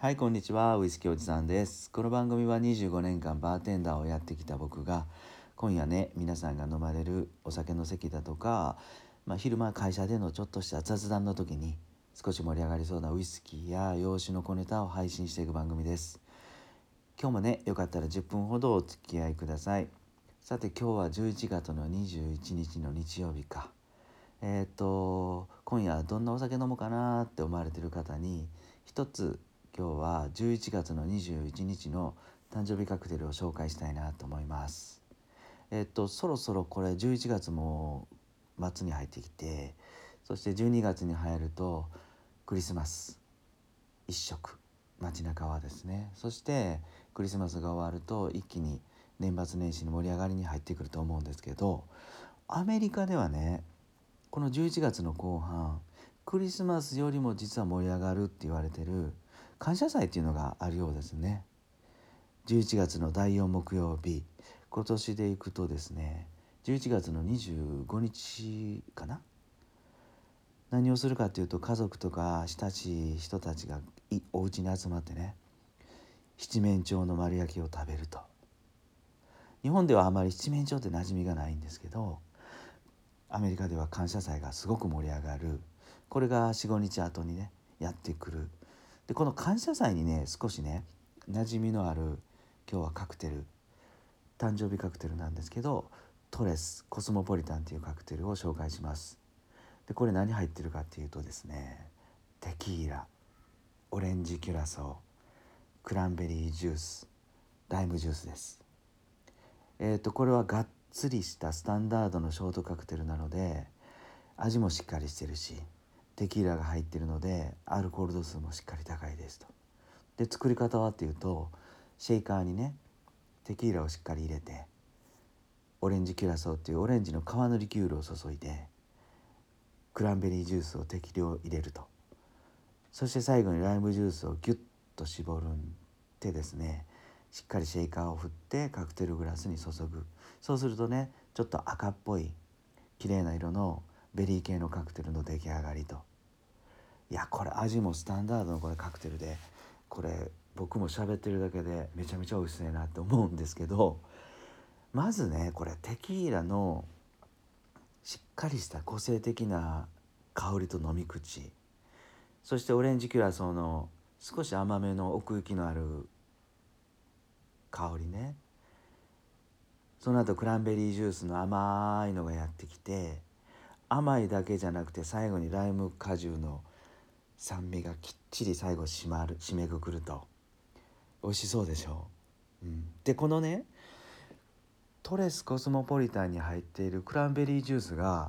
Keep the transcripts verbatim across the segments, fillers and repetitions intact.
はい、こんにちは。ウイスキーおじさんです。この番組はにじゅうごねんかんバーテンダーをやってきた僕が、今夜ね、皆さんが飲まれるお酒の席だとか、まあ、昼間会社でのちょっとした雑談の時に少し盛り上がりそうなウイスキーや洋酒の小ネタを配信していく番組です。今日もね、よかったらじゅっぷんほどお付き合いください。さて、今日はじゅういちがつのにじゅういちにちの日曜日か。えっ、と今夜どんなお酒飲もうかなって思われてる方に一つ、今日はじゅういちがつのにじゅういちにちの誕生日カクテルを紹介したいなと思います。えっ、とそろそろこれじゅういちがつも末に入ってきて、そしてじゅうにがつに入るとクリスマス一色、街中はですね。そしてクリスマスが終わると一気に年末年始に盛り上がりに入ってくると思うんですけど、アメリカではね、このじゅういちがつの後半、クリスマスよりも実は盛り上がるって言われてる感謝祭っていうのがあるようですね。じゅういちがつのだいよん木曜日、今年でいくとですね、じゅういちがつのにじゅうごにちかな。何をするかっていうと、家族とか親しい人たちがお家に集まってね、七面鳥の丸焼きを食べると。日本ではあまり七面鳥って馴染みがないんですけど、アメリカでは感謝祭がすごく盛り上がる。これがよん、ごにち後にねやってくる。でこの感謝祭にね少しね馴染みのある今日はカクテル、誕生日カクテルなんですけど、トレスコスモポリタンっていうカクテルを紹介します。でこれ何入ってるかっていうとですね、テキーラ、オレンジキュラソー、クランベリージュース、ライムジュースです。えっ、とこれはがっつりしたスタンダードのショートカクテルなので、味もしっかりしてるし、テキーラが入ってるのでアルコール度数もしっかり高いですと。で作り方はっていうと、シェイカーにねテキーラをしっかり入れて、オレンジキュラソーっていうオレンジの皮のリキュールを注いで、クランベリージュースを適量入れると。そして最後にライムジュースをギュッと絞るんでですね、しっかりシェイカーを振ってカクテルグラスに注ぐ。そうするとね、ちょっと赤っぽい綺麗な色のベリー系のカクテルの出来上がりと。いやこれ味もスタンダードのこれカクテルで、これ僕も喋ってるだけでめちゃめちゃ美味しそうやなって思うんですけど、まずねこれテキーラのしっかりした個性的な香りと飲み口、そしてオレンジキュラソーの少し甘めの奥行きのある香りね。その後クランベリージュースの甘いのがやってきて、甘いだけじゃなくて最後にライム果汁の酸味がきっちり最後締まる締めくくると美味しそうでしょう、うん、でこのねトレスコスモポリタンに入っているクランベリージュースが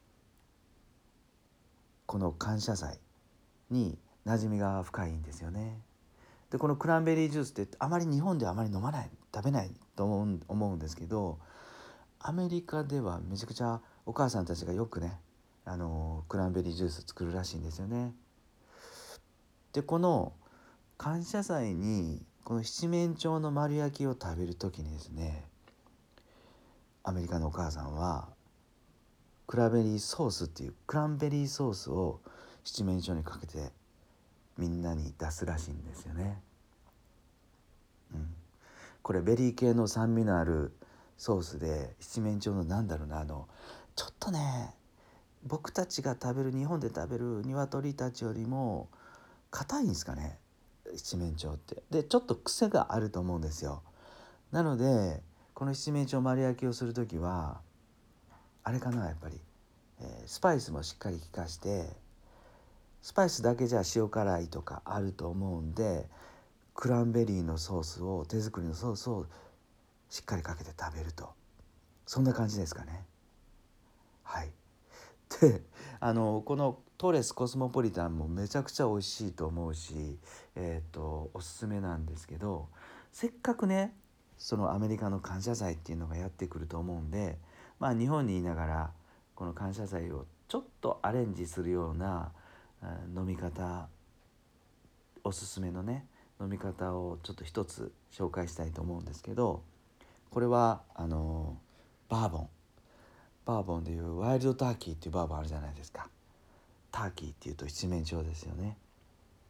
この感謝祭に馴染みが深いんですよね。でこのクランベリージュースってあまり日本ではあまり飲まない食べないと思う思うんですけど、アメリカではめちゃくちゃお母さんたちがよくね、あのクランベリージュース作るらしいんですよね。でこの感謝祭にこの七面鳥の丸焼きを食べる時にですね、アメリカのお母さんはクランベリーソースっていうクランベリーソースを七面鳥にかけてみんなに出すらしいんですよね、うん、これベリー系の酸味のあるソースで、七面鳥のなんだろうな、あのちょっとね僕たちが食べる日本で食べる鶏たちよりも硬いんですかね、七面鳥って。でちょっと癖があると思うんですよ。なのでこの七面鳥丸焼きをする時はあれかな、やっぱり、えースパイスもしっかり効かして、スパイスだけじゃ塩辛いとかあると思うんで、クランベリーのソースを手作りのソースをしっかりかけて食べると、そんな感じですかね。はい。であのこのトレスコスモポリタンもめちゃくちゃ美味しいと思うし、えー、とおすすめなんですけど、せっかくねそのアメリカの感謝祭っていうのがやってくると思うんで、まあ日本にいながらこの感謝祭をちょっとアレンジするような飲み方、おすすめのね飲み方をちょっと一つ紹介したいと思うんですけど、これはあのバーボンバーボンでいうワイルドターキーっていうバーボンあるじゃないですか。ターキーっていうと七面鳥ですよね。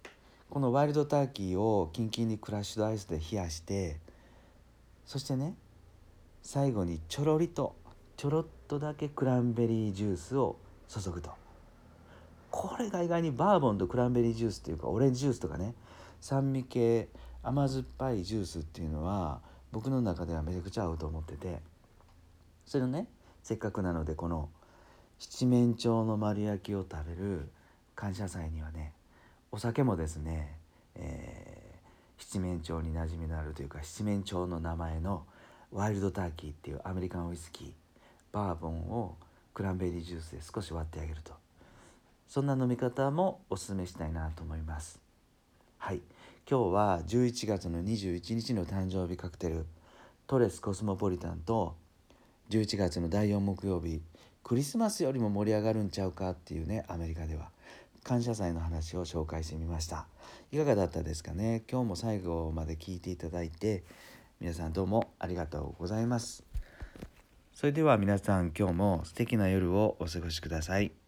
このワイルドターキーをキンキンにクラッシュドアイスで冷やして、そしてね最後にちょろりとちょろっとだけクランベリージュースを注ぐと、これが意外にバーボンとクランベリージュースっていうかオレンジジュースとかね、酸味系甘酸っぱいジュースっていうのは僕の中ではめちゃくちゃ合うと思ってて、それをねせっかくなのでこの七面鳥の丸焼きを食べる感謝祭にはね、お酒もですね、えー、七面鳥に馴染みのあるというか七面鳥の名前のワイルドターキーっていうアメリカンウイスキーバーボンをクランベリージュースで少し割ってあげると、そんな飲み方もおすすめしたいなと思います。はい、今日はじゅういちがつのにじゅういちにちの誕生日カクテルトレスコスモポリタンと、じゅういちがつのだいよん木曜日クリスマスよりも盛り上がるんちゃうかっていうね、アメリカでは感謝祭の話を紹介してみました。いかがだったですかね。今日も最後まで聞いていただいて皆さんどうもありがとうございます。それでは皆さん今日も素敵な夜をお過ごしください。